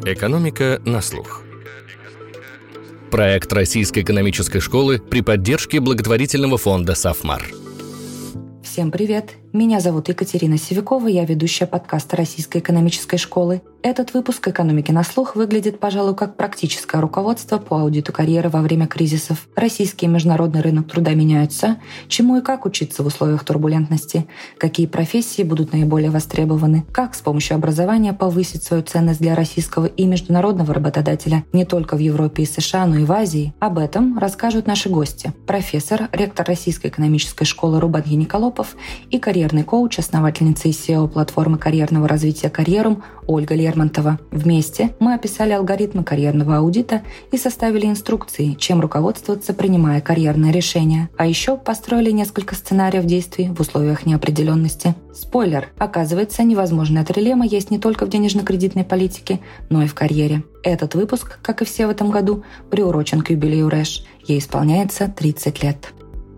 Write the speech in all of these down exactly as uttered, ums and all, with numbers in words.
Экономика на слух. Проект Российской экономической школы при поддержке благотворительного фонда «Сафмар». Всем привет! Меня зовут Екатерина Севякова, я ведущая подкаста Российской экономической школы. Этот выпуск «Экономики на слух» выглядит, пожалуй, как практическое руководство по аудиту карьеры во время кризисов. Российский и международный рынок труда меняются. Чему и как учиться в условиях турбулентности? Какие профессии будут наиболее востребованы? Как с помощью образования повысить свою ценность для российского и международного работодателя не только в Европе и США, но и в Азии? Об этом расскажут наши гости. Профессор, ректор Российской экономической школы Рубен Ениколопов и карьерный коуч, основательница и си и о-платформы карьерного развития «Карьерум» Ольга Лермонтова. Вместе мы описали алгоритмы карьерного аудита и составили инструкции, чем руководствоваться, принимая карьерные решения. А еще построили несколько сценариев действий в условиях неопределенности. Спойлер! Оказывается, невозможная трилемма есть не только в денежно-кредитной политике, но и в карьере. Этот выпуск, как и все в этом году, приурочен к юбилею РЭШ. Ей исполняется тридцать лет.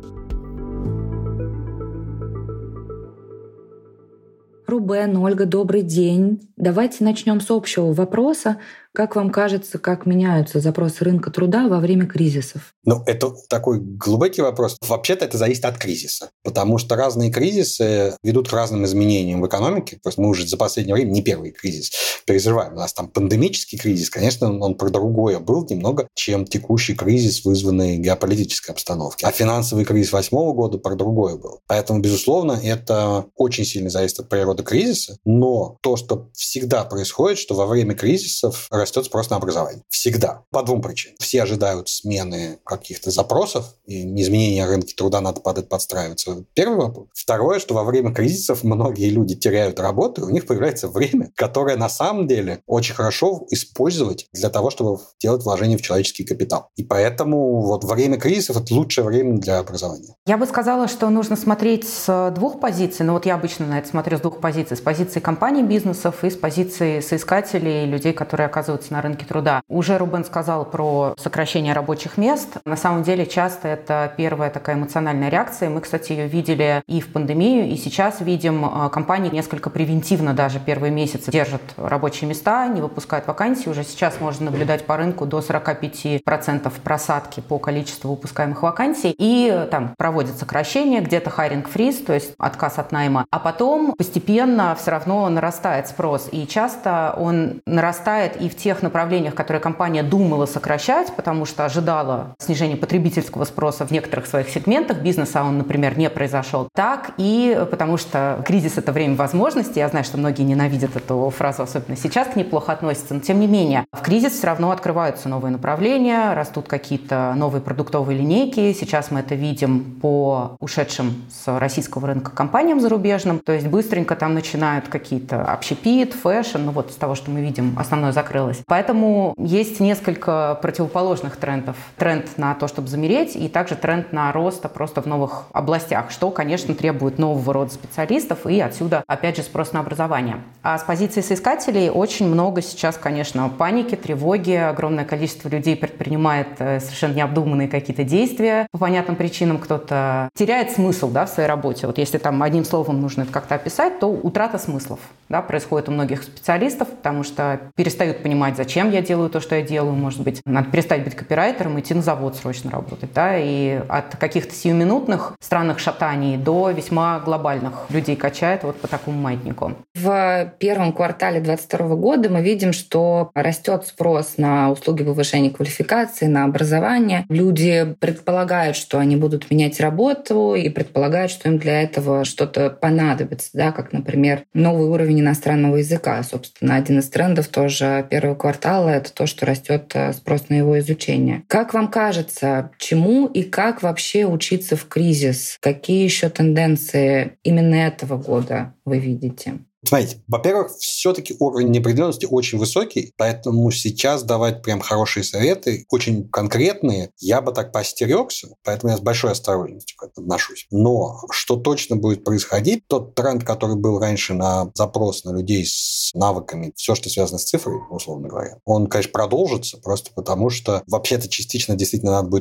Рубен, Ольга, добрый день. Давайте начнем с общего вопроса. Как вам кажется, как меняются запросы рынка труда во время кризисов? Ну, это такой глубокий вопрос. Вообще-то это зависит от кризиса, потому что разные кризисы ведут к разным изменениям в экономике. То есть мы уже за последнее время не первый кризис переживаем. У нас там пандемический кризис, конечно, он про другое был немного, чем текущий кризис, вызванный геополитической обстановкой. А финансовый кризис восьмого года про другое был. Поэтому, безусловно, это очень сильно зависит от природы кризиса. Но то, что всегда происходит, что во время кризисов растет спрос на образование. Всегда. По двум причинам. Все ожидают смены каких-то запросов, и изменения рынка труда надо под это подстраиваться. Первый вопрос. Второе, что во время кризисов многие люди теряют работу, и у них появляется время, которое на самом деле очень хорошо использовать для того, чтобы делать вложения в человеческий капитал. И поэтому вот время кризисов – это лучшее время для образования. Я бы сказала, что нужно смотреть с двух позиций. Но вот я обычно на это смотрю с двух позиций. С позиции компаний, бизнесов и с позиции соискателей, людей, которые оказываются на рынке труда. Уже Рубен сказал про сокращение рабочих мест. На самом деле часто это первая такая эмоциональная реакция. Мы, кстати, ее видели и в пандемию, и сейчас видим, компании несколько превентивно даже первые месяцы держат рабочие места, не выпускают вакансии. Уже сейчас можно наблюдать по рынку до сорок пять процентов просадки по количеству выпускаемых вакансий. И там проводят сокращение, где-то хайринг фриз, то есть отказ от найма. А потом постепенно все равно нарастает спрос. И часто он нарастает и в тех направлениях, которые компания думала сокращать, потому что ожидала снижения потребительского спроса в некоторых своих сегментах бизнеса, а он, например, не произошел, так и потому что кризис – это время возможностей. Я знаю, что многие ненавидят эту фразу, особенно сейчас к ней плохо относятся, но тем не менее в кризис все равно открываются новые направления, растут какие-то новые продуктовые линейки. Сейчас мы это видим по ушедшим с российского рынка компаниям зарубежным, то есть быстренько там начинают какие-то общепит, фэшн, ну вот с того, что мы видим, основное закрылось. Поэтому есть несколько противоположных трендов. Тренд на то, чтобы замереть, и также тренд на рост просто в новых областях, что, конечно, требует нового рода специалистов, и отсюда, опять же, спрос на образование. А с позиции соискателей очень много сейчас, конечно, паники, тревоги, огромное количество людей предпринимает совершенно необдуманные какие-то действия. По понятным причинам кто-то теряет смысл, да, в своей работе. Вот если там одним словом нужно это как-то описать, то утрата смыслов, да, происходит у многих специалистов, потому что перестают понимать, зачем я делаю то, что я делаю. Может быть, надо перестать быть копирайтером и идти на завод срочно работать. Да? И от каких-то сиюминутных странных шатаний до весьма глобальных людей качает вот по такому маятнику. В первом квартале двадцать второго года мы видим, что растет спрос на услуги повышения квалификации, на образование. Люди предполагают, что они будут менять работу и предполагают, что им для этого что-то понадобится, да? Как, например, новый уровень иностранного языка. Собственно, один из трендов тоже первого квартала — это то, что растет спрос на его изучение. Как вам кажется, чему и как вообще учиться в кризис? Какие еще тенденции именно этого года вы видите? Смотрите, во-первых, все-таки уровень неопределенности очень высокий, поэтому сейчас давать прям хорошие советы, очень конкретные, я бы так поостерегся, поэтому я с большой осторожностью к этому отношусь. Но что точно будет происходить, тот тренд, который был раньше на запрос на людей с навыками, все, что связано с цифрой, условно говоря, он, конечно, продолжится, просто потому что вообще-то частично действительно надо будет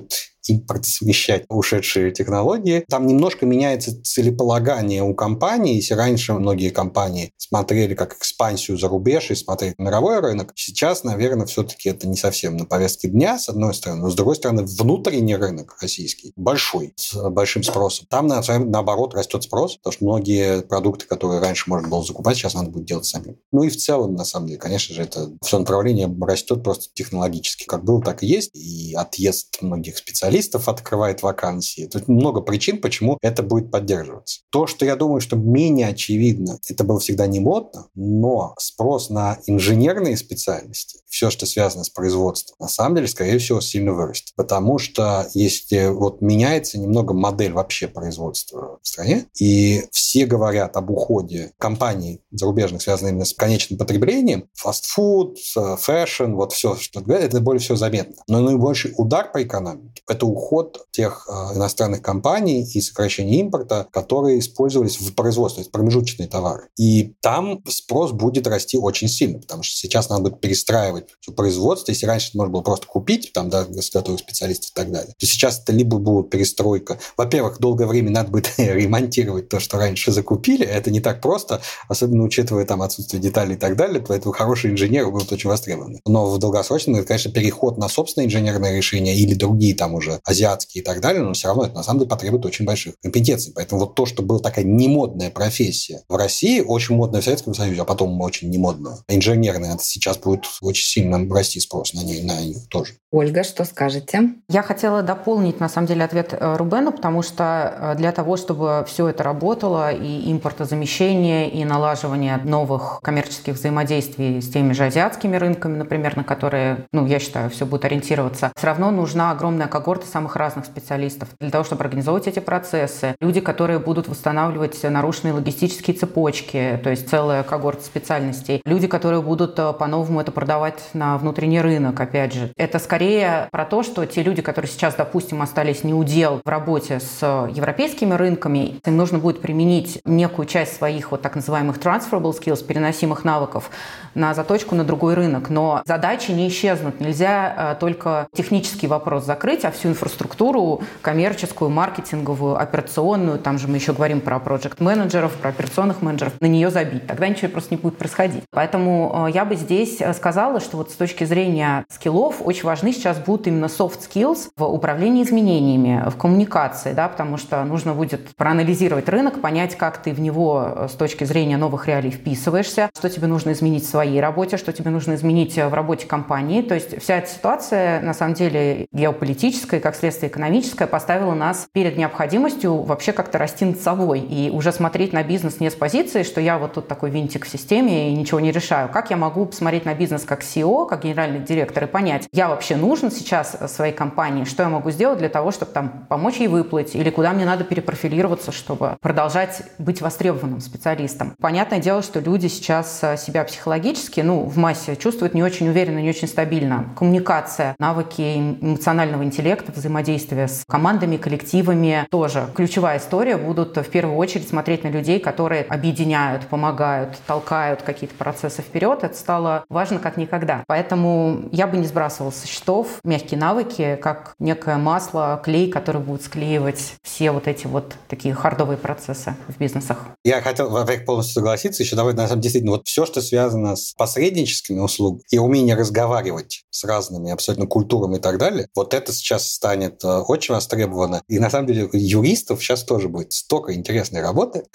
импортозамещать ушедшие технологии. Там немножко меняется целеполагание у компаний. Если раньше многие компании смотрели как экспансию за рубеж и смотрели на мировой рынок, сейчас, наверное, все-таки это не совсем на повестке дня, с одной стороны, но с другой стороны, внутренний рынок российский большой, с большим спросом. Там, наоборот, растет спрос, потому что многие продукты, которые раньше можно было закупать, сейчас надо будет делать самим. Ну и в целом, на самом деле, конечно же, это все направление растет просто технологически. Как было, так и есть. И отъезд многих специалистов открывает вакансии. Тут много причин, почему это будет поддерживаться. То, что я думаю, что менее очевидно, это было всегда не модно, но спрос на инженерные специальности, все, что связано с производством, на самом деле, скорее всего, сильно вырастет. Потому что если вот меняется немного модель вообще производства в стране, и все говорят об уходе компаний зарубежных, связанных именно с конечным потреблением, фастфуд, фэшн, вот все, что говорят, это более всего заметно. Но наибольший удар по экономике – это уход тех э, иностранных компаний и сокращение импорта, которые использовались в производстве, то есть промежуточные товары. И там спрос будет расти очень сильно, потому что сейчас надо будет перестраивать все производство. Если раньше это можно было просто купить, там, да, готовых специалистов и так далее, то сейчас это либо будет перестройка. Во-первых, долгое время надо будет ремонтировать то, что раньше закупили. Это не так просто, особенно учитывая там отсутствие деталей и так далее, поэтому хорошие инженеры будут очень востребованы. Но в долгосрочном это, конечно, переход на собственное инженерное решение или другие там уже азиатские и так далее, но все равно это на самом деле потребует очень больших компетенций. Поэтому вот то, что была такая немодная профессия в России, очень модная в Советском Союзе, а потом очень немодная, инженерная, это сейчас будет очень сильно расти спрос на них, на них тоже. Ольга, что скажете? Я хотела дополнить, на самом деле, ответ Рубену, потому что для того, чтобы все это работало, и импортозамещение, и налаживание новых коммерческих взаимодействий с теми же азиатскими рынками, например, на которые, ну, я считаю, все будет ориентироваться, все равно нужна огромная когорта самых разных специалистов для того, чтобы организовывать эти процессы. Люди, которые будут восстанавливать нарушенные логистические цепочки, то есть целая когорта специальностей. Люди, которые будут по-новому это продавать на внутренний рынок, опять же. Это скорее про то, что те люди, которые сейчас, допустим, остались неудел в работе с европейскими рынками, им нужно будет применить некую часть своих вот так называемых transferable skills, переносимых навыков, на заточку на другой рынок. Но задачи не исчезнут. Нельзя только технический вопрос закрыть, а всю инфраструктуру коммерческую, маркетинговую, операционную, там же мы еще говорим про проект-менеджеров, про операционных менеджеров, на нее забить. Тогда ничего просто не будет происходить. Поэтому я бы здесь сказала, что вот с точки зрения скиллов очень важны сейчас будут именно soft skills в управлении изменениями, в коммуникации, да, потому что нужно будет проанализировать рынок, понять, как ты в него с точки зрения новых реалий вписываешься, что тебе нужно изменить в своей работе, что тебе нужно изменить в работе компании. То есть вся эта ситуация, на самом деле, геополитическая, как следствие экономическая, поставила нас перед необходимостью вообще как-то расти над собой и уже смотреть на бизнес не с позиции, что я вот тут такой винтик в системе и ничего не решаю. Как я могу посмотреть на бизнес как си и о, как генеральный директор и понять, я вообще нужен сейчас своей компании, что я могу сделать для того, чтобы там помочь ей выплыть, или куда мне надо перепрофилироваться, чтобы продолжать быть востребованным специалистом. Понятное дело, что люди сейчас себя психологически, ну, в массе чувствуют не очень уверенно, не очень стабильно. Коммуникация, навыки эмоционального интеллекта, взаимодействия с командами, коллективами тоже ключевая история. Будут в первую очередь смотреть на людей, которые объединяют, помогают, толкают какие-то процессы вперед. Это стало важно как никогда. Поэтому я бы не сбрасывала со счетов мягкие навыки, как некое масло, клей, который будет склеивать все вот эти вот такие хардовые процессы в бизнесах. Я хотел, во-первых, полностью согласиться. Еще давай, на самом деле, действительно, вот все, что связано с посредническими услугами и умение разговаривать с разными абсолютно культурами и так далее, вот это сейчас станет очень востребовано. И, на самом деле, юристов сейчас тоже будет столько интересной работы.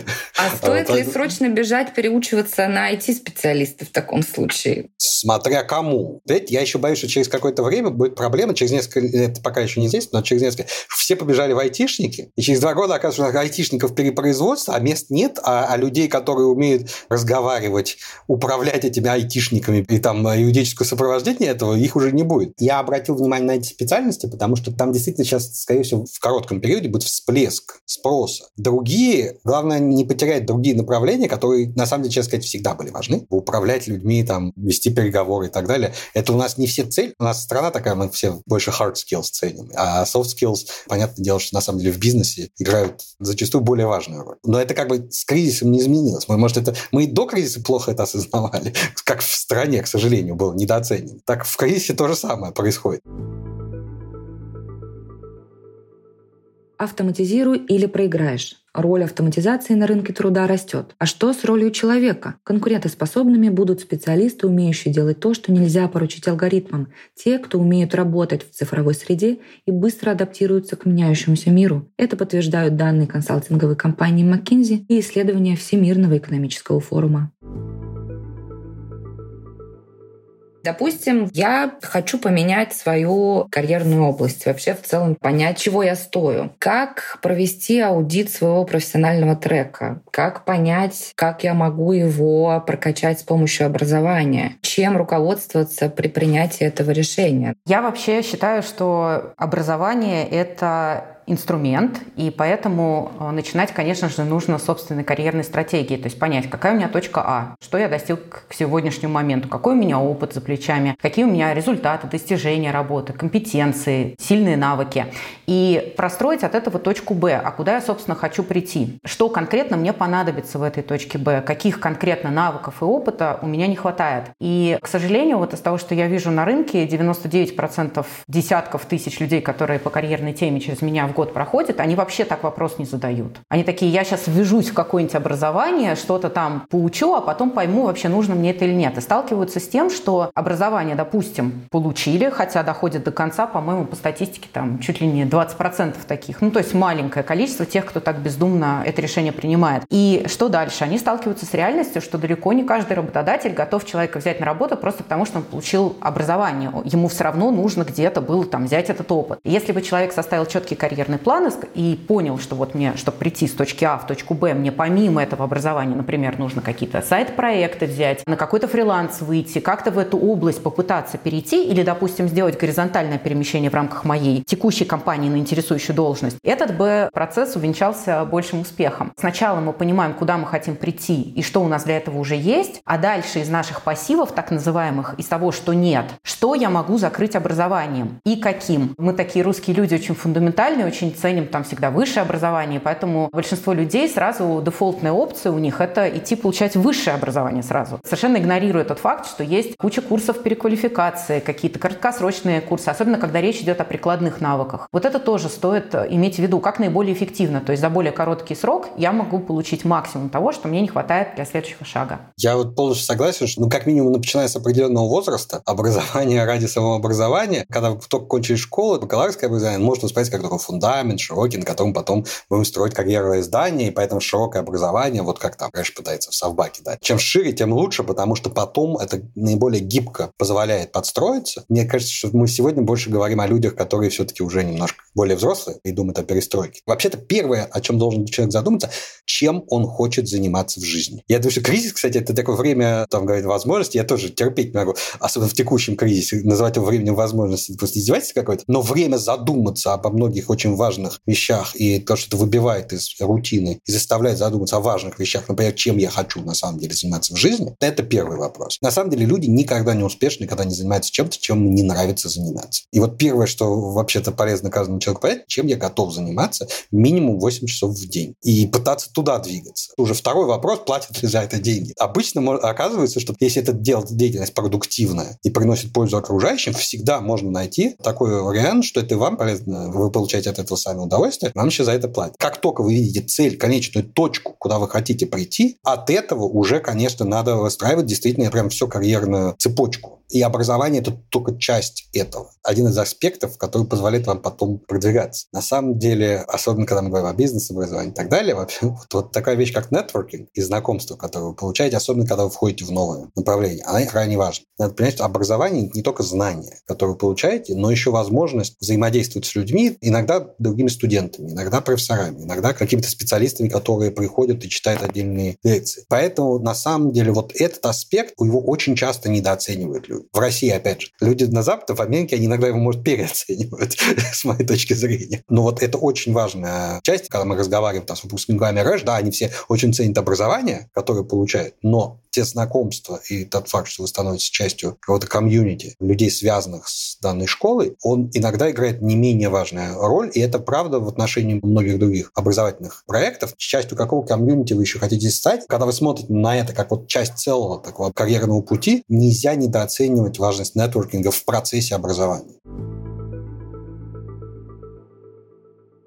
А стоит ли срочно бежать, переучиваться на ай ти-специалиста в таком случае? Смотря кому. Знаете, я еще боюсь, что через какое-то время будет проблема, через несколько лет, пока еще не здесь, но через несколько, все побежали в айтишники, и через два года оказывается, что у нас айтишников перепроизводство, а мест нет, а, а людей, которые умеют разговаривать, управлять этими айтишниками и там юридическое сопровождение этого, их уже не будет. Я обратил внимание на эти специальности, потому что там действительно сейчас, скорее всего, в коротком периоде будет всплеск спроса. Другие, главное, не потерять другие направления, которые, на самом деле, честно сказать, всегда были важны. Управлять людьми, там, вести переговоры и так далее. Это у нас не все цель. У нас страна такая, мы все больше hard skills ценим. А soft skills, понятное дело, что на самом деле в бизнесе играют зачастую более важную роль. Но это как бы с кризисом не изменилось. Мы, может, это, мы и до кризиса плохо это осознавали, как в стране, к сожалению, было недооценено. Так в кризисе то же самое происходит. Автоматизируй или проиграешь. Роль автоматизации на рынке труда растет. А что с ролью человека? Конкурентоспособными будут специалисты, умеющие делать то, что нельзя поручить алгоритмам. Те, кто умеют работать в цифровой среде и быстро адаптируются к меняющемуся миру. Это подтверждают данные консалтинговой компании McKinsey и исследования Всемирного экономического форума. Допустим, я хочу поменять свою карьерную область, вообще в целом понять, чего я стою. Как провести аудит своего профессионального трека? Как понять, как я могу его прокачать с помощью образования? Чем руководствоваться при принятии этого решения? Я вообще считаю, что образование — это инструмент, и поэтому начинать, конечно же, нужно с собственной карьерной стратегии, то есть понять, какая у меня точка А, что я достиг к сегодняшнему моменту, какой у меня опыт за плечами, какие у меня результаты, достижения работы, компетенции, сильные навыки, и простроить от этого точку Б, а куда я, собственно, хочу прийти, что конкретно мне понадобится в этой точке Б, каких конкретно навыков и опыта у меня не хватает. И, к сожалению, вот из того, что я вижу на рынке, девяносто девять процентов десятков тысяч людей, которые по карьерной теме через меня в год проходит, они вообще так вопрос не задают. Они такие: я сейчас ввяжусь в какое-нибудь образование, что-то там поучу, а потом пойму, вообще нужно мне это или нет. И сталкиваются с тем, что образование, допустим, получили, хотя доходит до конца, по-моему, по статистике там чуть ли не двадцать процентов таких. Ну, то есть маленькое количество тех, кто так бездумно это решение принимает. И что дальше? Они сталкиваются с реальностью, что далеко не каждый работодатель готов человека взять на работу просто потому, что он получил образование. Ему все равно нужно где-то было там взять этот опыт. И если бы человек составил четкий карьерный план и понял, что вот мне, чтобы прийти с точки А в точку Б, мне помимо этого образования, например, нужно какие-то сайт-проекты взять, на какой-то фриланс выйти, как-то в эту область попытаться перейти или, допустим, сделать горизонтальное перемещение в рамках моей текущей компании на интересующую должность, этот бы процесс увенчался большим успехом. Сначала мы понимаем, куда мы хотим прийти и что у нас для этого уже есть, а дальше из наших пассивов, так называемых, из того, что нет, что я могу закрыть образованием и каким. Мы такие русские люди очень фундаментальные, очень ценим там всегда высшее образование, поэтому большинство людей сразу дефолтная опция у них — это идти получать высшее образование сразу. Совершенно игнорируя тот факт, что есть куча курсов переквалификации, какие-то краткосрочные курсы, особенно когда речь идет о прикладных навыках. Вот это тоже стоит иметь в виду, как наиболее эффективно. То есть за более короткий срок я могу получить максимум того, что мне не хватает для следующего шага. Я вот полностью согласен, что, ну, как минимум, начиная с определенного возраста, образование ради самообразования, когда вы только кончили школу, бакалаврское образование, может воспринимать как такой фундамент широкий, на котором потом будем строить карьерное здание, и поэтому широкое образование, вот как там, конечно, пытается в Совбаке дать. Чем шире, тем лучше, потому что потом это наиболее гибко позволяет подстроиться. Мне кажется, что мы сегодня больше говорим о людях, которые все-таки уже немножко более взрослые и думают о перестройке. Вообще-то первое, о чем должен человек задуматься, чем он хочет заниматься в жизни. Я думаю, что кризис, кстати, это такое время, там, говорит, возможности, я тоже терпеть не могу, особенно в текущем кризисе, называть его временем возможностей, это просто издевательство какое-то, но время задуматься обо многих очень важных вещах, и то, что это выбивает из рутины и заставляет задуматься о важных вещах, например, чем я хочу на самом деле заниматься в жизни, это первый вопрос. На самом деле люди никогда не успешны, когда они занимаются чем-то, чем им не нравится заниматься. И вот первое, что вообще-то полезно каждому человеку понять, чем я готов заниматься минимум восемь часов в день. И пытаться туда двигаться. Уже второй вопрос, платят ли за это деньги. Обычно оказывается, что если это делать деятельность продуктивная и приносит пользу окружающим, всегда можно найти такой вариант, что это вам полезно, вы получаете от этого сами удовольствие, вам еще за это платят. Как только вы видите цель, конечную точку, куда вы хотите прийти, от этого уже, конечно, надо выстраивать действительно прям всю карьерную цепочку. И образование – это только часть этого. Один из аспектов, который позволяет вам потом продвигаться. На самом деле, особенно когда мы говорим о бизнес-образовании и так далее, вообще, вот, вот такая вещь, как нетворкинг и знакомство, которое вы получаете, особенно когда вы входите в новое направление, она крайне важна. Надо понять, что образование – не только знания, которые вы получаете, но еще возможность взаимодействовать с людьми, иногда другими студентами, иногда профессорами, иногда какими-то специалистами, которые приходят и читают отдельные лекции. Поэтому, на самом деле, вот этот аспект, его очень часто недооценивают люди. В России, опять же, люди на Западе, в Америке, они иногда его, может, переоценивают, с моей точки зрения. Но вот это очень важная часть, когда мы разговариваем там, с выпускниками РЭШ, да, они все очень ценят образование, которое получают, но те знакомства и тот факт, что вы становитесь частью какого-то комьюнити, людей, связанных с данной школой, он иногда играет не менее важную роль, и это правда в отношении многих других образовательных проектов. Частью какого комьюнити вы еще хотите стать? Когда вы смотрите на это как вот часть целого такого карьерного пути, нельзя недооценивать важность нетворкинга в процессе образования.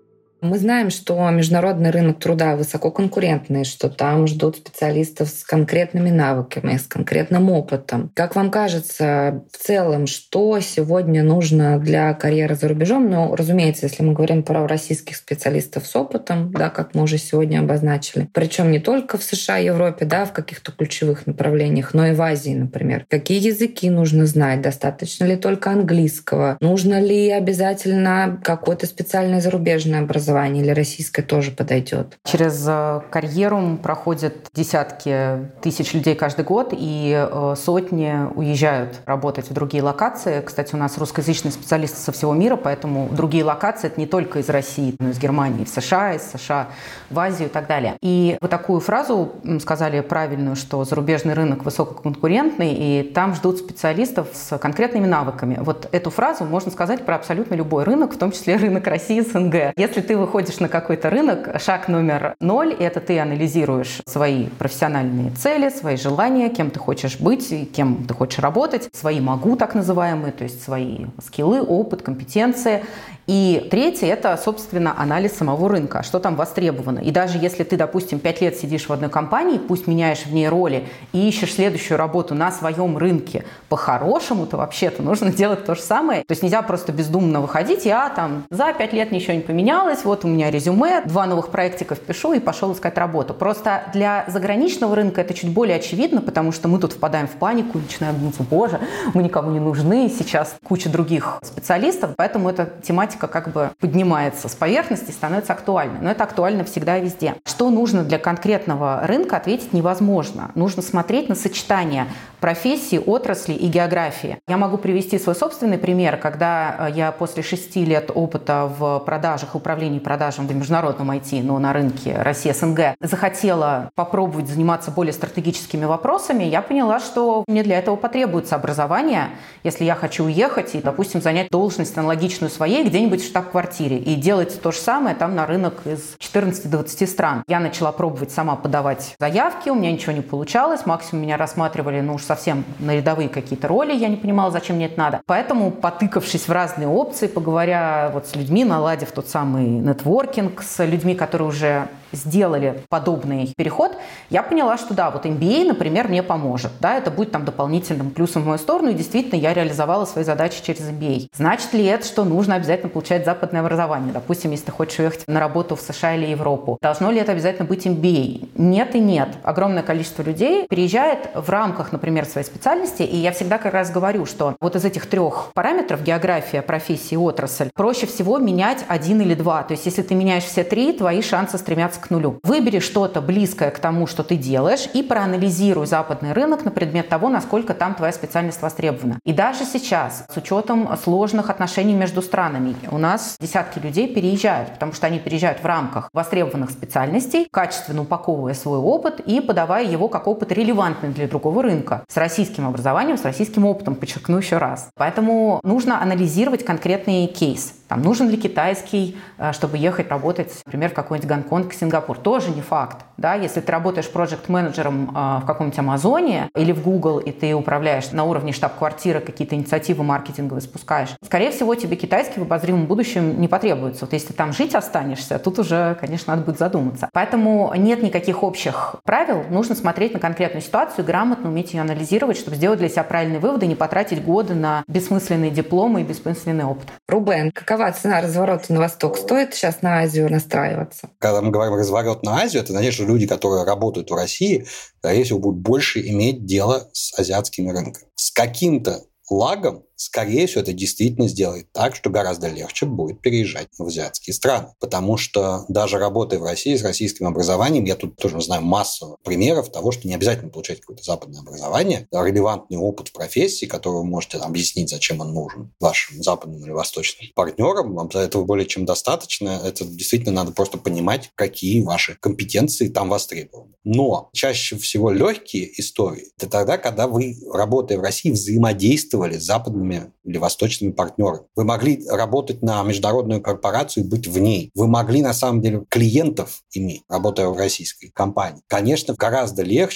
Мы знаем, что международный рынок труда высококонкурентный, что там ждут специалистов с конкретными навыками, с конкретным опытом. Как вам кажется, в целом, что сегодня нужно для карьеры за рубежом? Ну, разумеется, если мы говорим про российских специалистов с опытом, да, как мы уже сегодня обозначили, причем не только в США, Европе, да, в каких-то ключевых направлениях, но и в Азии, например. Какие языки нужно знать? Достаточно ли только английского? Нужно ли обязательно какое-то специальное зарубежное образование или российское тоже подойдет? Через карьеру проходят десятки тысяч людей каждый год, и сотни уезжают работать в другие локации. Кстати, у нас русскоязычные специалисты со всего мира, поэтому другие локации — это не только из России, но и из Германии, в США, из США в Азию и так далее. И вы такую фразу сказали правильную, что зарубежный рынок высококонкурентный, и там ждут специалистов с конкретными навыками. Вот эту фразу можно сказать про абсолютно любой рынок, в том числе рынок России, СНГ. Если ты выходишь на какой-то рынок, шаг номер ноль — это ты анализируешь свои профессиональные цели, свои желания, кем ты хочешь быть, кем ты хочешь работать, свои могу, так называемые, то есть свои скиллы, опыт, компетенции. И третье — это, собственно, анализ самого рынка, что там востребовано. И даже если ты, допустим, пять лет сидишь в одной компании, пусть меняешь в ней роли и ищешь следующую работу на своем рынке, по-хорошему-то вообще-то нужно делать то же самое. То есть нельзя просто бездумно выходить, и а, там, за пять лет ничего не поменялось, вот у меня резюме, два новых проектиков пишу и пошел искать работу. Просто для заграничного рынка это чуть более очевидно, потому что мы тут впадаем в панику, начинаем думать: боже, мы никому не нужны, сейчас куча других специалистов, поэтому эта тематика как бы поднимается с поверхности и становится актуальной. Но это актуально всегда и везде. Что нужно для конкретного рынка, ответить невозможно. Нужно смотреть на сочетание профессии, отрасли и географии. Я могу привести свой собственный пример, когда я после шести лет опыта в продажах, управлении продажами в международном ай ти, но на рынке России, СНГ, захотела попробовать заниматься более стратегическими вопросами, я поняла, что мне для этого потребуется образование, если я хочу уехать и, допустим, занять должность аналогичную своей где-нибудь в штаб-квартире и делать то же самое там на рынок из четырнадцати-двадцати стран. Я начала пробовать сама подавать заявки, у меня ничего не получалось, максимум меня рассматривали, ну уж совсем на рядовые какие-то роли, я не понимала, зачем мне это надо. Поэтому, потыкавшись в разные опции, поговоря вот с людьми, наладив тот самый нетворкинг с людьми, которые уже сделали подобный переход, я поняла, что да, вот эм би эй, например, мне поможет. Да, это будет там дополнительным плюсом в мою сторону, и действительно я реализовала свои задачи через эм би эй. Значит ли это, что нужно обязательно получать западное образование? Допустим, если ты хочешь уехать на работу в США или Европу. Должно ли это обязательно быть эм би эй? Нет и нет. Огромное количество людей переезжает в рамках, например, своей специальности, и я всегда как раз говорю, что вот из этих трех параметров — география, профессия и отрасль — проще всего менять один или два. То есть если ты меняешь все три, твои шансы стремятся к нулю. Выбери что-то близкое к тому, что ты делаешь, и проанализируй западный рынок на предмет того, насколько там твоя специальность востребована. И даже сейчас, с учетом сложных отношений между странами, у нас десятки людей переезжают, потому что они переезжают в рамках востребованных специальностей, качественно упаковывая свой опыт и подавая его как опыт релевантный для другого рынка, с российским образованием, с российским опытом, подчеркну еще раз. Поэтому нужно анализировать конкретный кейс. Там, нужен ли китайский, чтобы ехать работать, например, в какой-нибудь Гонконг, Сингапур. Тоже не факт. Да? Если ты работаешь проект-менеджером в каком-нибудь Амазоне или в Google, и ты управляешь на уровне штаб-квартиры, какие-то инициативы маркетинговые спускаешь, скорее всего, тебе китайский в обозримом будущем не потребуется. Вот если ты там жить останешься, тут уже, конечно, надо будет задуматься. Поэтому нет никаких общих правил. Нужно смотреть на конкретную ситуацию, грамотно уметь ее анализировать, чтобы сделать для себя правильные выводы, не потратить годы на бессмысленные дипломы и бессмысленный опыт. Рубен, какова цена разворота на восток? Стоит сейчас на Азию настраиваться? Когда мы говорим разворот на Азию, это значит, что люди, которые работают в России, скорее всего, будут больше иметь дело с азиатскими рынками. С каким-то лагом, скорее всего, это действительно сделает так, что гораздо легче будет переезжать в азиатские страны. Потому что даже работая в России с российским образованием, я тут тоже знаю массу примеров того, что не обязательно получать какое-то западное образование, а релевантный опыт в профессии, который вы можете объяснить, зачем он нужен вашим западным или восточным партнерам. Вам для этого более чем достаточно. Это действительно надо просто понимать, какие ваши компетенции там востребованы. Но чаще всего легкие истории – это тогда, когда вы, работая в России, взаимодействовали с западными или восточными партнерами. Вы могли работать на международную корпорацию и быть в ней. Вы могли, на самом деле, клиентов иметь, работая в российской компании. Конечно, гораздо легче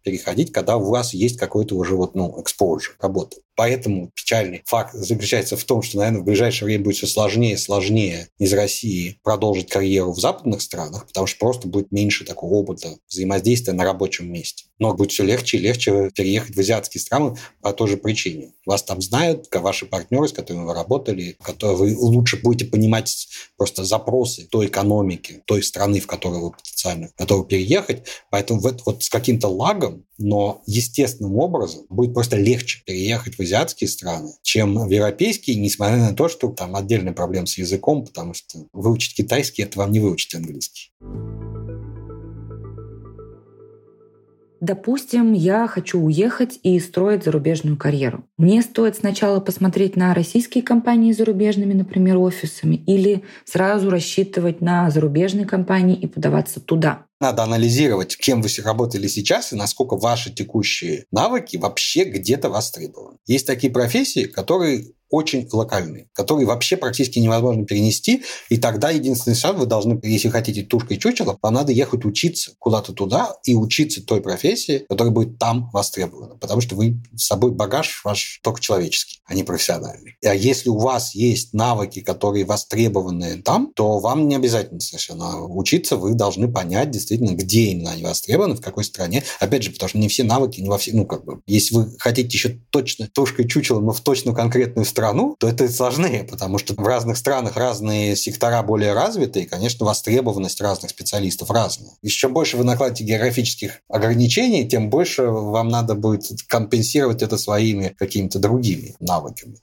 переходить, когда у вас есть какой-то уже вот, ну, exposure работы. Поэтому печальный факт заключается в том, что, наверное, в ближайшее время будет все сложнее и сложнее из России продолжить карьеру в западных странах, потому что просто будет меньше такого опыта взаимодействия на рабочем месте. Но будет все легче и легче переехать в азиатские страны по той же причине. Вас там знают, ваши партнеры, с которыми вы работали, которые вы лучше будете понимать просто запросы той экономики, той страны, в которую вы потенциально готовы переехать. Поэтому вот, вот с каким-то лагом, но естественным образом будет просто легче переехать в азиатские страны, чем в европейские, несмотря на то, что там отдельная проблема с языком, потому что выучить китайский – это вам не выучить английский. Допустим, я хочу уехать и строить зарубежную карьеру. Мне стоит сначала посмотреть на российские компании с зарубежными, например, офисами, или сразу рассчитывать на зарубежные компании и подаваться туда. Надо анализировать, кем вы работали сейчас и насколько ваши текущие навыки вообще где-то востребованы. Есть такие профессии, которые очень локальные, которые вообще практически невозможно перенести, и тогда единственный шанс вы должны, если хотите тушкой чучела, вам надо ехать учиться куда-то туда и учиться той профессии, которая будет там востребована, потому что вы с собой багаж ваш только человеческий, а не профессиональный. А если у вас есть навыки, которые востребованы там, то вам не обязательно совершенно учиться, вы должны понять действительно, где именно они востребованы, в какой стране. Опять же, потому что не все навыки, не во все, ну как бы, если вы хотите еще точно тушкой чучела, но в точную конкретную страну, страну, то это сложнее, потому что в разных странах разные сектора более развитые, и, конечно, востребованность разных специалистов разная. И чем больше вы накладываете географических ограничений, тем больше вам надо будет компенсировать это своими какими-то другими навыками.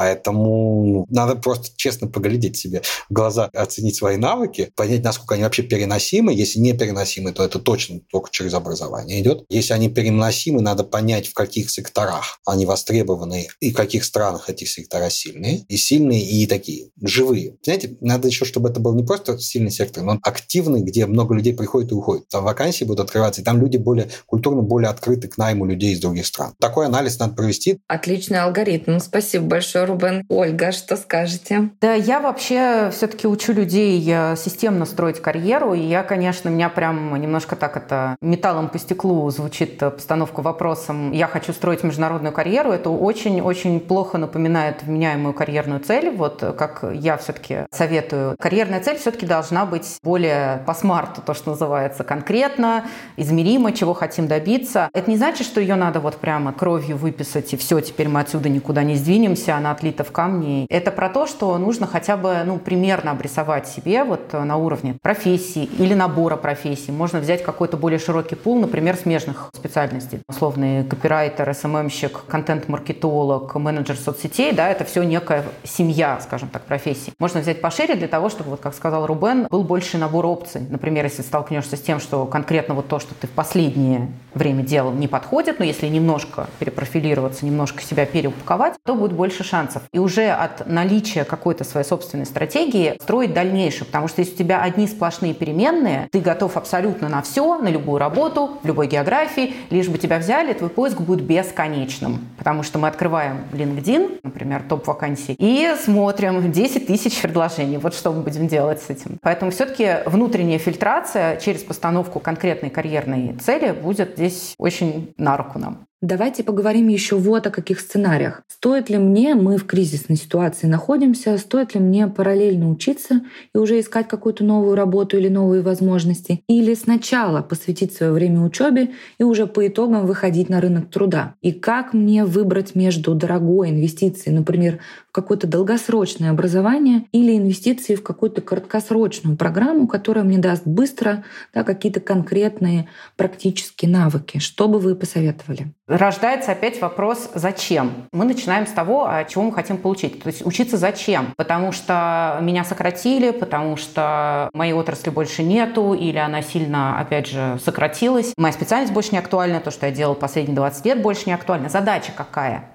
Поэтому надо просто честно поглядеть себе в глаза, оценить свои навыки, понять, насколько они вообще переносимы. Если не переносимы, то это точно только через образование идет. Если они переносимы, надо понять, в каких секторах они востребованы и в каких странах эти сектора сильные, и сильные, и такие живые. Знаете, надо еще, чтобы это был не просто сильный сектор, но активный, где много людей приходит и уходит. Там вакансии будут открываться, и там люди более культурно, более открыты к найму людей из других стран. Такой анализ надо провести. Отличный алгоритм. Спасибо большое, Рубен. Ольга, что скажете? Да, я вообще все-таки учу людей системно строить карьеру, и я, конечно, у меня прям немножко так это металлом по стеклу звучит постановка вопросом «я хочу строить международную карьеру». Это очень-очень плохо напоминает вменяемую карьерную цель. Вот как я все-таки советую. Карьерная цель все-таки должна быть более по смарту, то, что называется, конкретно, измеримо, чего хотим добиться. Это не значит, что ее надо вот прямо кровью выписать, и все, теперь мы отсюда никуда не сдвинемся, она отлита в камне. Это про то, что нужно хотя бы ну, примерно обрисовать себе вот на уровне профессии или набора профессий. Можно взять какой-то более широкий пул, например, смежных специальностей. Условный копирайтер, эс эм эм-щик, контент-маркетолог, менеджер соцсетей, да, это все некая семья, скажем так, профессий. Можно взять пошире для того, чтобы, вот как сказал Рубен, был больше набор опций. Например, если столкнешься с тем, что конкретно вот то, что ты в последнее время делал, не подходит, но если немножко перепрофилироваться, немножко себя переупаковать, то будет больше шансов. И уже от наличия какой-то своей собственной стратегии строить дальнейшее. Потому что если у тебя одни сплошные переменные, ты готов абсолютно на все, на любую работу, в любой географии, лишь бы тебя взяли, твой поиск будет бесконечным. Потому что мы открываем LinkedIn, например, топ-вакансий, и смотрим десять тысяч предложений. Вот что мы будем делать с этим. Поэтому все-таки внутренняя фильтрация через постановку конкретной карьерной цели будет здесь очень на руку нам. Давайте поговорим еще вот о каких сценариях. Стоит ли мне, мы в кризисной ситуации находимся, стоит ли мне параллельно учиться и уже искать какую-то новую работу или новые возможности, или сначала посвятить свое время учебе и уже по итогам выходить на рынок труда? И как мне выбрать между дорогой инвестицией, например, в какое-то долгосрочное образование или инвестиции в какую-то краткосрочную программу, которая мне даст быстро да, какие-то конкретные практические навыки? Что бы вы посоветовали? Рождается опять вопрос «зачем?». Мы начинаем с того, чего мы хотим получить. То есть учиться зачем? Потому что меня сократили, потому что моей отрасли больше нету, или она сильно, опять же, сократилась. Моя специальность больше не актуальна, то, что я делала последние двадцать лет, больше не актуально. Задача какая?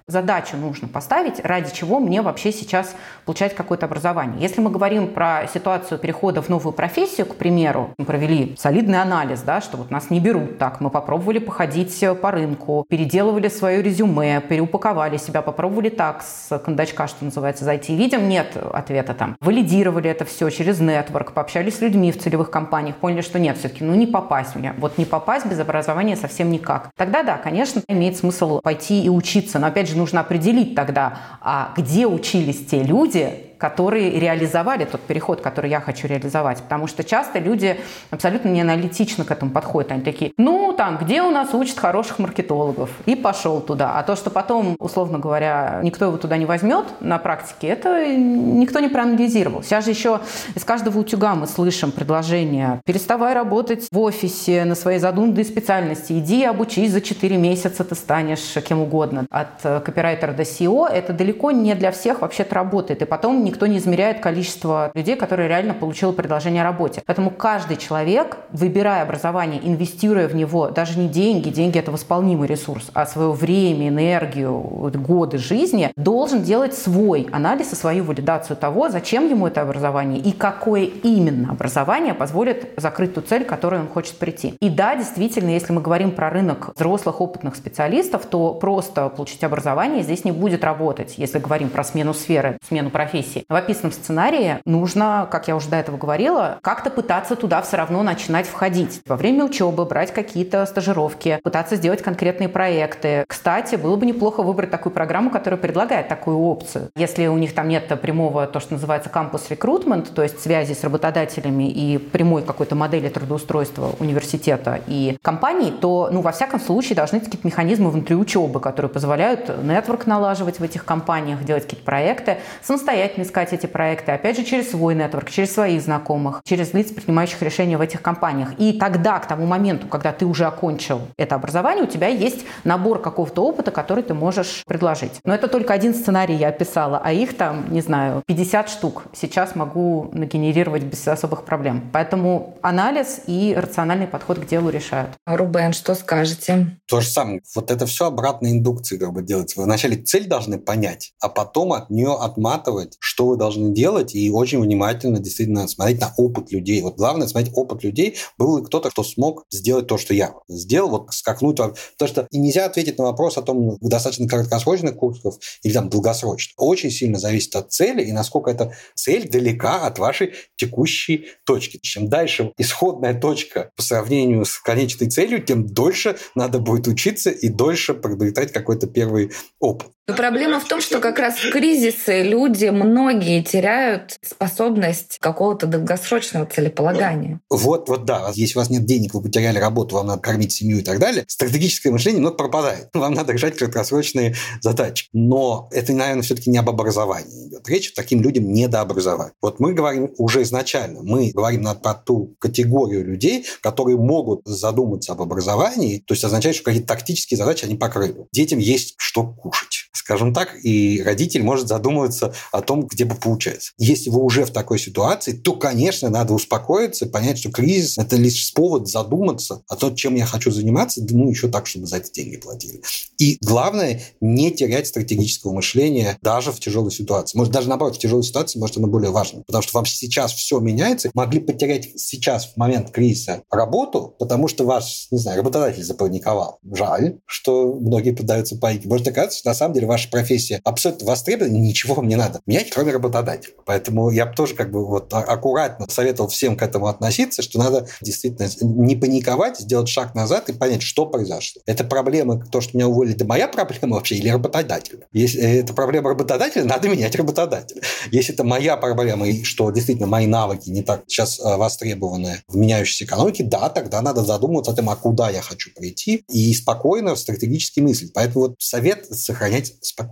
задачу нужно поставить, ради чего мне вообще сейчас получать какое-то образование. Если мы говорим про ситуацию перехода в новую профессию, к примеру, мы провели солидный анализ, да, что вот нас не берут так, мы попробовали походить по рынку, переделывали свое резюме, переупаковали себя, попробовали так с кондачка, что называется, зайти. Видим, нет ответа там. Валидировали это все через нетворк, пообщались с людьми в целевых компаниях, поняли, что нет, все-таки, ну не попасть мне. Вот не попасть без образования совсем никак. Тогда да, конечно, имеет смысл пойти и учиться, но опять же нужно определить тогда, а где учились те люди, которые реализовали тот переход, который я хочу реализовать. Потому что часто люди абсолютно не аналитично к этому подходят. Они такие, ну, там, где у нас учат хороших маркетологов? И пошел туда. А то, что потом, условно говоря, никто его туда не возьмет на практике, это никто не проанализировал. Сейчас же еще из каждого утюга мы слышим предложение: переставай работать в офисе на своей задуманной специальности, иди обучись, за четыре месяца ты станешь кем угодно. От копирайтера до си и о это далеко не для всех вообще-то работает. И потом никто не измеряет количество людей, которые реально получили предложение о работе. Поэтому каждый человек, выбирая образование, инвестируя в него даже не деньги, деньги — это восполнимый ресурс, а свое время, энергию, годы жизни, должен делать свой анализ и свою валидацию того, зачем ему это образование и какое именно образование позволит закрыть ту цель, к которой он хочет прийти. И да, действительно, если мы говорим про рынок взрослых опытных специалистов, то просто получить образование здесь не будет работать, если говорим про смену сферы, смену профессии. В описанном сценарии нужно, как я уже до этого говорила, как-то пытаться туда все равно начинать входить. Во время учебы брать какие-то стажировки, пытаться сделать конкретные проекты. Кстати, было бы неплохо выбрать такую программу, которая предлагает такую опцию. Если у них там нет прямого, то, что называется кампус-рекрутмент, то есть связи с работодателями и прямой какой-то модели трудоустройства университета и компаний, то, ну, во всяком случае, должны быть какие-то механизмы внутри учебы, которые позволяют нетворк налаживать в этих компаниях, делать какие-то проекты, самостоятельно искать эти проекты, опять же, через свой нетворк, через своих знакомых, через лиц, принимающих решения в этих компаниях. И тогда, к тому моменту, когда ты уже окончил это образование, у тебя есть набор какого-то опыта, который ты можешь предложить. Но это только один сценарий я описала, а их там, не знаю, пятьдесят штук. Сейчас могу нагенерировать без особых проблем. Поэтому анализ и рациональный подход к делу решают. Рубен, что скажете? То же самое. Вот это все обратной индукции как бы делается. Вы вначале цель должны понять, а потом от нее отматывать, что вы должны делать, и очень внимательно действительно смотреть на опыт людей. Вот главное смотреть опыт людей. Был ли кто-то, кто смог сделать то, что я сделал, вот скакнуть. Потому что и нельзя ответить на вопрос о том, достаточно краткосрочных курсов или там долгосрочных. Очень сильно зависит от цели и насколько эта цель далека от вашей текущей точки. Чем дальше исходная точка по сравнению с конечной целью, тем дольше надо будет учиться и дольше приобретать какой-то первый опыт. Но проблема в том, что как раз в кризисы люди, многие теряют способность какого-то долгосрочного целеполагания. Вот, вот да. Если у вас нет денег, вы потеряли работу, вам надо кормить семью и так далее, стратегическое мышление немного пропадает. Вам надо решать краткосрочные задачи. Но это, наверное, все-таки не об образовании идет. Речь таким людям не до образования. Вот мы говорим уже изначально, мы говорим про ту категорию людей, которые могут задуматься об образовании, то есть означает, что какие-то тактические задачи они покрыли. Детям есть что кушать, скажем так, и родитель может задумываться о том, где бы получается. Если вы уже в такой ситуации, то, конечно, надо успокоиться, понять, что кризис – это лишь повод задуматься о том, чем я хочу заниматься, ну, еще так, чтобы за эти деньги платили. И главное, не терять стратегического мышления даже в тяжелой ситуации. Может, даже наоборот, в тяжелой ситуации, может, оно более важно. Потому что вам сейчас все меняется. Могли потерять сейчас, в момент кризиса, работу, потому что ваш, не знаю, работодатель запаниковал. Жаль, что многие поддаются панике. Может оказаться, что на самом деле ваша профессия абсолютно востребована, ничего вам не надо менять, кроме работодателя. Поэтому я бы тоже как бы вот аккуратно советовал всем к этому относиться, что надо действительно не паниковать, сделать шаг назад и понять, что произошло. Это проблема, то, что меня уволили, это моя проблема вообще или работодателя? Если это проблема работодателя, надо менять работодателя. Если это моя проблема, и что действительно мои навыки не так сейчас востребованы в меняющейся экономике, да, тогда надо задумываться о том, а куда я хочу прийти, и спокойно стратегически мыслить. Поэтому вот совет сохранять спокойствие.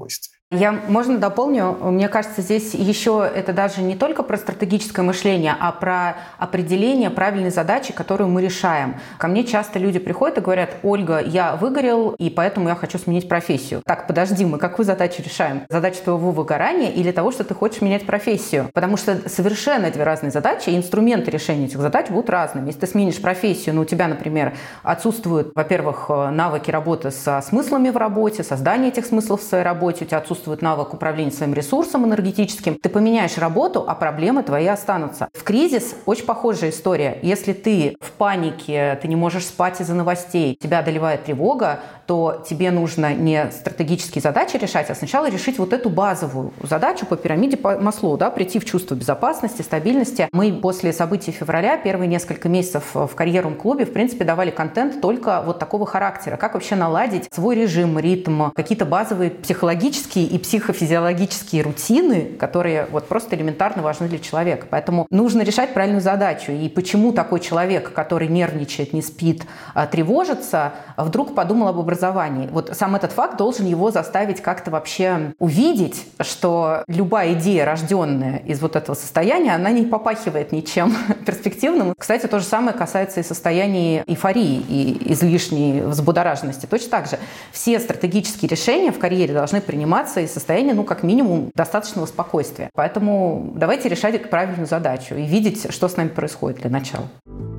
Я, можно дополню? Мне кажется, здесь еще это даже не только про стратегическое мышление, а про определение правильной задачи, которую мы решаем. Ко мне часто люди приходят и говорят: Ольга, я выгорел, и поэтому я хочу сменить профессию. Так, подожди, мы какую задачу решаем? Задачу твоего выгорания или того, что ты хочешь менять профессию? Потому что совершенно две разные задачи, и инструменты решения этих задач будут разными. Если ты сменишь профессию, но у тебя, например, отсутствуют, во-первых, навыки работы со смыслами в работе, создание этих смыслов в своей работе, у тебя отсутствует навык управления своим ресурсом энергетическим, ты поменяешь работу, а проблемы твои останутся. В кризис очень похожая история. Если ты в панике, ты не можешь спать из-за новостей, тебя одолевает тревога, то тебе нужно не стратегические задачи решать, а сначала решить вот эту базовую задачу по пирамиде Маслоу, да, прийти в чувство безопасности, стабильности. Мы после событий февраля первые несколько месяцев в карьерном клубе, в принципе, давали контент только вот такого характера. Как вообще наладить свой режим, ритм, какие-то базовые психологические и психофизиологические рутины, которые вот просто элементарно важны для человека. Поэтому нужно решать правильную задачу. И почему такой человек, который нервничает, не спит, тревожится, вдруг подумал об образовании? Вот сам этот факт должен его заставить как-то вообще увидеть, что любая идея, рожденная из вот этого состояния, она не попахивает ничем перспективным. Кстати, то же самое касается и состояния эйфории и излишней взбудораженности. Точно так же. Все стратегические решения в карьере должны приниматься из состояния, ну, как минимум, достаточного спокойствия. Поэтому давайте решать правильную задачу и видеть, что с нами происходит для начала.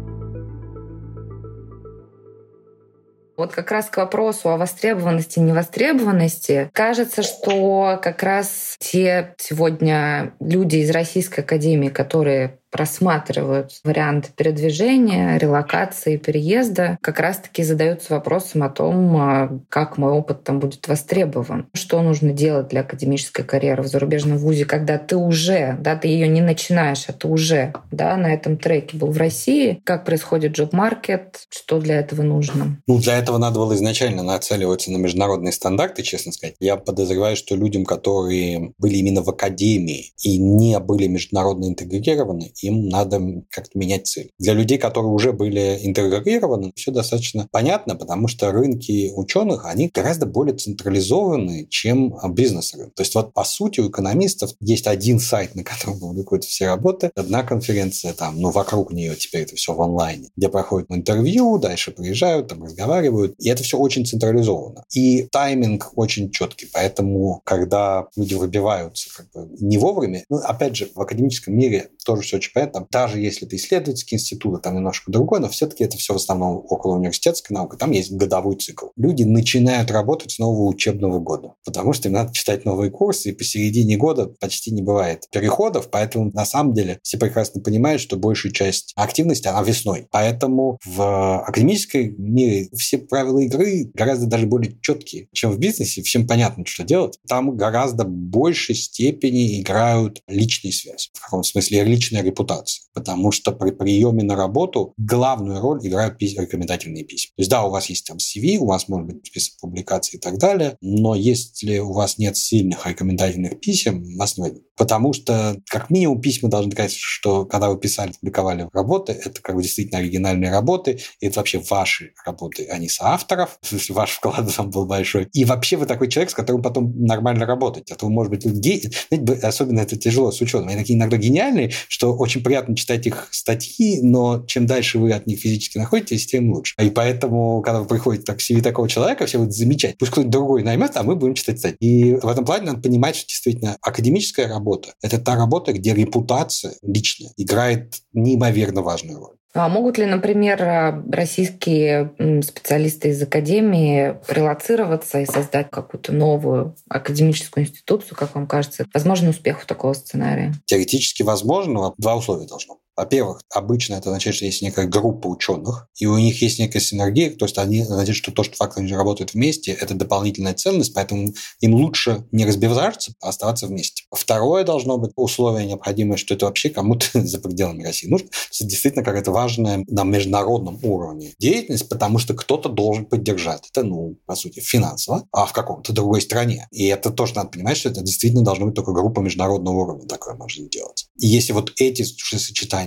Вот как раз к вопросу о востребованности и невостребованности. Кажется, что как раз те сегодня люди из Российской академии, которые просматривают варианты передвижения, релокации, переезда, как раз-таки задаются вопросом о том, как мой опыт там будет востребован. Что нужно делать для академической карьеры в зарубежном вузе, когда ты уже, да, ты ее не начинаешь, а ты уже, да, на этом треке был в России. Как происходит джоб-маркет, что для этого нужно? Ну, для этого надо было изначально нацеливаться на международные стандарты, честно сказать. Я подозреваю, что людям, которые были именно в академии и не были международно интегрированы, им надо как-то менять цель. Для людей, которые уже были интегрированы, все достаточно понятно, потому что рынки ученых, они гораздо более централизованы, чем бизнес-рынок. То есть вот по сути у экономистов есть один сайт, на котором публикуются все работы, одна конференция, там, ну, вокруг нее теперь это все в онлайне, где проходят интервью, дальше приезжают, там разговаривают, и это все очень централизовано. И тайминг очень четкий, поэтому, когда люди выбиваются как бы не вовремя, ну, опять же, в академическом мире тоже все очень понятно. Даже если это исследовательский институт, там немножко другой, но все-таки это все в основном около университетской науки. Там есть годовой цикл. Люди начинают работать с нового учебного года, потому что им надо читать новые курсы, и посередине года почти не бывает переходов, поэтому на самом деле все прекрасно понимают, что большая часть активности, она весной. Поэтому в академической мире все правила игры гораздо даже более четкие, чем в бизнесе. Всем понятно, что делать. Там гораздо большей степени играют личные связи. В каком смысле личная репутация. Потому что при приеме на работу главную роль играют письма, рекомендательные письма. То есть да, у вас есть там си ви, у вас может быть список публикаций и так далее, но если у вас нет сильных рекомендательных писем, вас не возьмут. Потому что как минимум письма должны сказать, что когда вы писали, публиковали работы, это как бы действительно оригинальные работы, и это вообще ваши работы, а не соавторов. Ваш вклад там был большой. И вообще вы такой человек, с которым потом нормально работать. А то, может быть, людей... Особенно это тяжело с учеными. Они такие иногда гениальные, что очень приятно читать их статьи, но чем дальше вы от них физически находитесь, тем лучше. И поэтому, когда вы приходите так, к си ви такого человека, все будут замечать. Пусть кто-нибудь другой наймет, а мы будем читать статьи. И в этом плане надо понимать, что действительно академическая работа – это та работа, где репутация личная играет неимоверно важную роль. А могут ли, например, российские специалисты из академии релоцироваться и создать какую-то новую академическую институцию, как вам кажется? Возможен успех в такого сценария? Теоретически возможно, но два условия должно быть. Во-первых, обычно это означает, что есть некая группа ученых, и у них есть некая синергия, то есть они означают, что то, что факты они работают вместе, это дополнительная ценность, поэтому им лучше не разбежаться, а оставаться вместе. Второе должно быть условие необходимое, что это вообще кому-то за пределами России нужно. Это действительно какая-то важная на международном уровне деятельность, потому что кто-то должен поддержать. Это, ну, по сути, финансово, а в каком-то другой стране. И это тоже надо понимать, что это действительно должна быть только группа международного уровня, такое можно делать. И если вот эти сочетания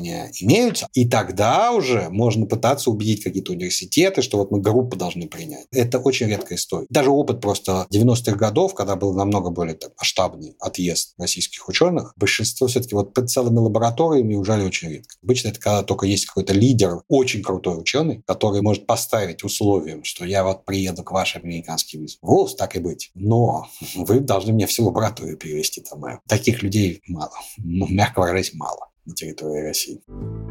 знания имеются, и тогда уже можно пытаться убедить какие-то университеты, что вот мы группы должны принять. Это очень редкая история. Даже опыт просто девяностых годов, когда был намного более так, масштабный отъезд российских ученых, большинство все-таки вот под целыми лабораториями уезжали очень редко. Обычно это когда только есть какой-то лидер, очень крутой ученый, который может поставить условием, что я вот приеду к вашим американским визам. ВУЗ, так и быть. Но вы должны мне всю лабораторию перевести там. Таких людей мало. Ну, мягко выражаясь, мало на территории России.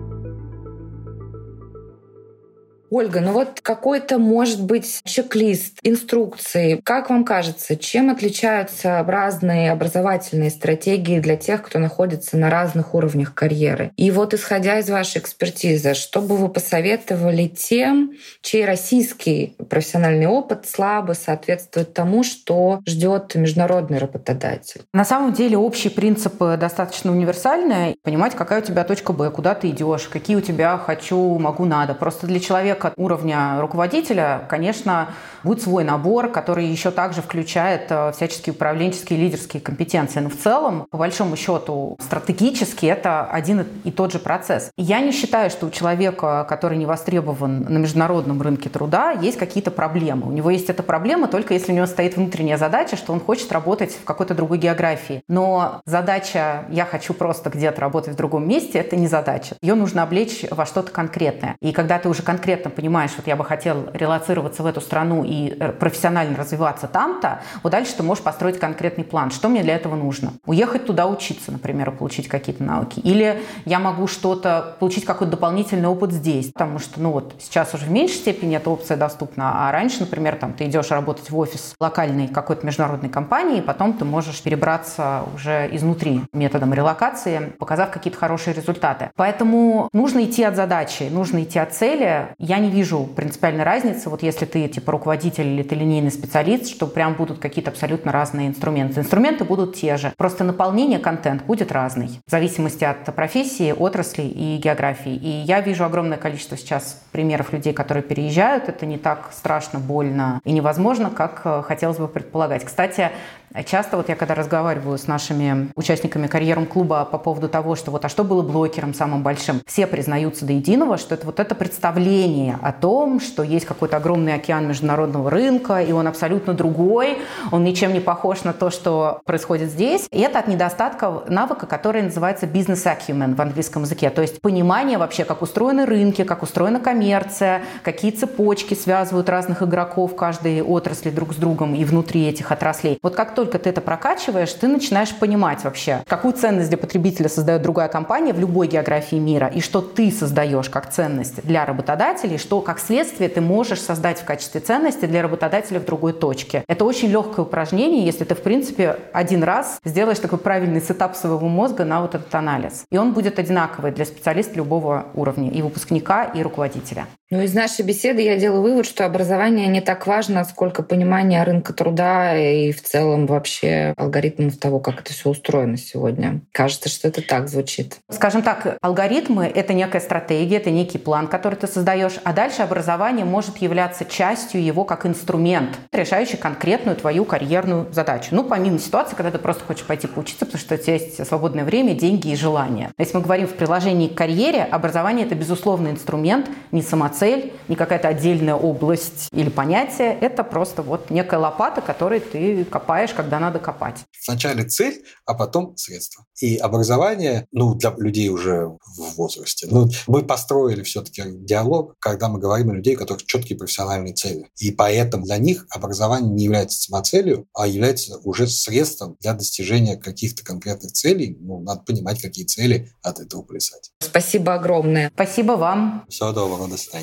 Ольга, ну вот какой-то, может быть, чек-лист, инструкции. Как вам кажется, чем отличаются разные образовательные стратегии для тех, кто находится на разных уровнях карьеры? И вот исходя из вашей экспертизы, что бы вы посоветовали тем, чей российский профессиональный опыт слабо соответствует тому, что ждет международный работодатель? На самом деле общие принципы достаточно универсальные. Понимать, какая у тебя точка Б, куда ты идешь, какие у тебя хочу, могу, надо. Просто для человека уровня руководителя, конечно, будет свой набор, который еще также включает всяческие управленческие и лидерские компетенции. Но в целом, по большому счету, стратегически это один и тот же процесс. И я не считаю, что у человека, который не востребован на международном рынке труда, есть какие-то проблемы. У него есть эта проблема только если у него стоит внутренняя задача, что он хочет работать в какой-то другой географии. Но задача «я хочу просто где-то работать в другом месте» — это не задача. Ее нужно облечь во что-то конкретное. И когда ты уже конкретно понимаешь, вот я бы хотел релоцироваться в эту страну и профессионально развиваться там-то, вот дальше ты можешь построить конкретный план. Что мне для этого нужно? Уехать туда учиться, например, получить какие-то навыки. Или я могу что-то, получить какой-то дополнительный опыт здесь. Потому что, ну вот, сейчас уже в меньшей степени эта опция доступна. А раньше, например, там, ты идешь работать в офис локальной какой-то международной компании, и потом ты можешь перебраться уже изнутри методом релокации, показав какие-то хорошие результаты. Поэтому нужно идти от задачи, нужно идти от цели. Я не вижу принципиальной разницы, вот если ты типа руководитель или ты линейный специалист, что прям будут какие-то абсолютно разные инструменты. Инструменты будут те же, просто наполнение, контент будет разный, в зависимости от профессии, отрасли и географии. И я вижу огромное количество сейчас примеров людей, которые переезжают. Это не так страшно, больно и невозможно, как хотелось бы предполагать. Кстати, часто вот я когда разговариваю с нашими участниками карьером-клуба по поводу того, что вот а что было блокером самым большим, все признаются до единого, что это вот это представление о том, что есть какой-то огромный океан международного рынка, и он абсолютно другой, он ничем не похож на то, что происходит здесь. И это от недостатка навыка, который называется business acumen в английском языке, то есть понимание вообще, как устроены рынки, как устроена коммерция, какие цепочки связывают разных игроков каждой отрасли друг с другом и внутри этих отраслей. Вот как только ты это прокачиваешь, ты начинаешь понимать вообще, какую ценность для потребителя создает другая компания в любой географии мира, и что ты создаешь как ценность для работодателей, что как следствие ты можешь создать в качестве ценности для работодателя в другой точке. Это очень легкое упражнение, если ты, в принципе, один раз сделаешь такой правильный сетап своего мозга на вот этот анализ. И он будет одинаковый для специалиста любого уровня, и выпускника, и руководителя. Ну, из нашей беседы я делаю вывод, что образование не так важно, сколько понимания рынка труда и в целом вообще алгоритмов того, как это все устроено сегодня. Кажется, что это так звучит. Скажем так, алгоритмы — это некая стратегия, это некий план, который ты создаешь, а дальше образование может являться частью его как инструмент, решающий конкретную твою карьерную задачу. Ну, помимо ситуации, когда ты просто хочешь пойти поучиться, потому что у тебя есть свободное время, деньги и желание. Если мы говорим в приложении к карьере, образование — это, безусловно, инструмент, не самоцель, не какая-то отдельная область или понятие. Это просто вот некая лопата, которой ты копаешь, когда надо копать. Вначале цель, а потом средства. И образование, ну, для людей уже в возрасте. Ну, мы построили все-таки диалог, когда мы говорим о людей, у которых четкие профессиональные цели. И поэтому для них образование не является самоцелью, а является уже средством для достижения каких-то конкретных целей. Ну, надо понимать, какие цели от этого плясать. Спасибо огромное. Спасибо вам. Всего доброго, до свидания.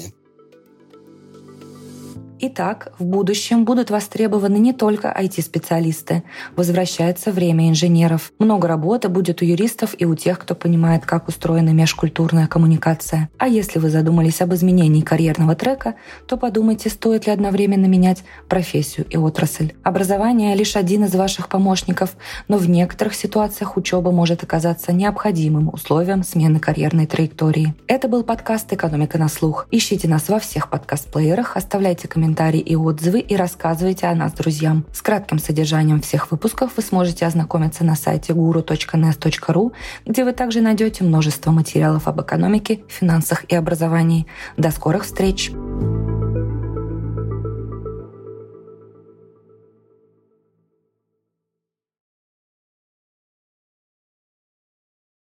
Итак, в будущем будут востребованы не только ай ти-специалисты. Возвращается время инженеров. Много работы будет у юристов и у тех, кто понимает, как устроена межкультурная коммуникация. А если вы задумались об изменении карьерного трека, то подумайте, стоит ли одновременно менять профессию и отрасль. Образование — лишь один из ваших помощников, но в некоторых ситуациях учеба может оказаться необходимым условием смены карьерной траектории. Это был подкаст «Экономика на слух». Ищите нас во всех подкаст-плеерах, оставляйте комментарии комментарии и отзывы и рассказывайте о нас друзьям. С кратким содержанием всех выпусков вы сможете ознакомиться на сайте гуру точка нэс точка ру, где вы также найдете множество материалов об экономике, финансах и образовании. До скорых встреч!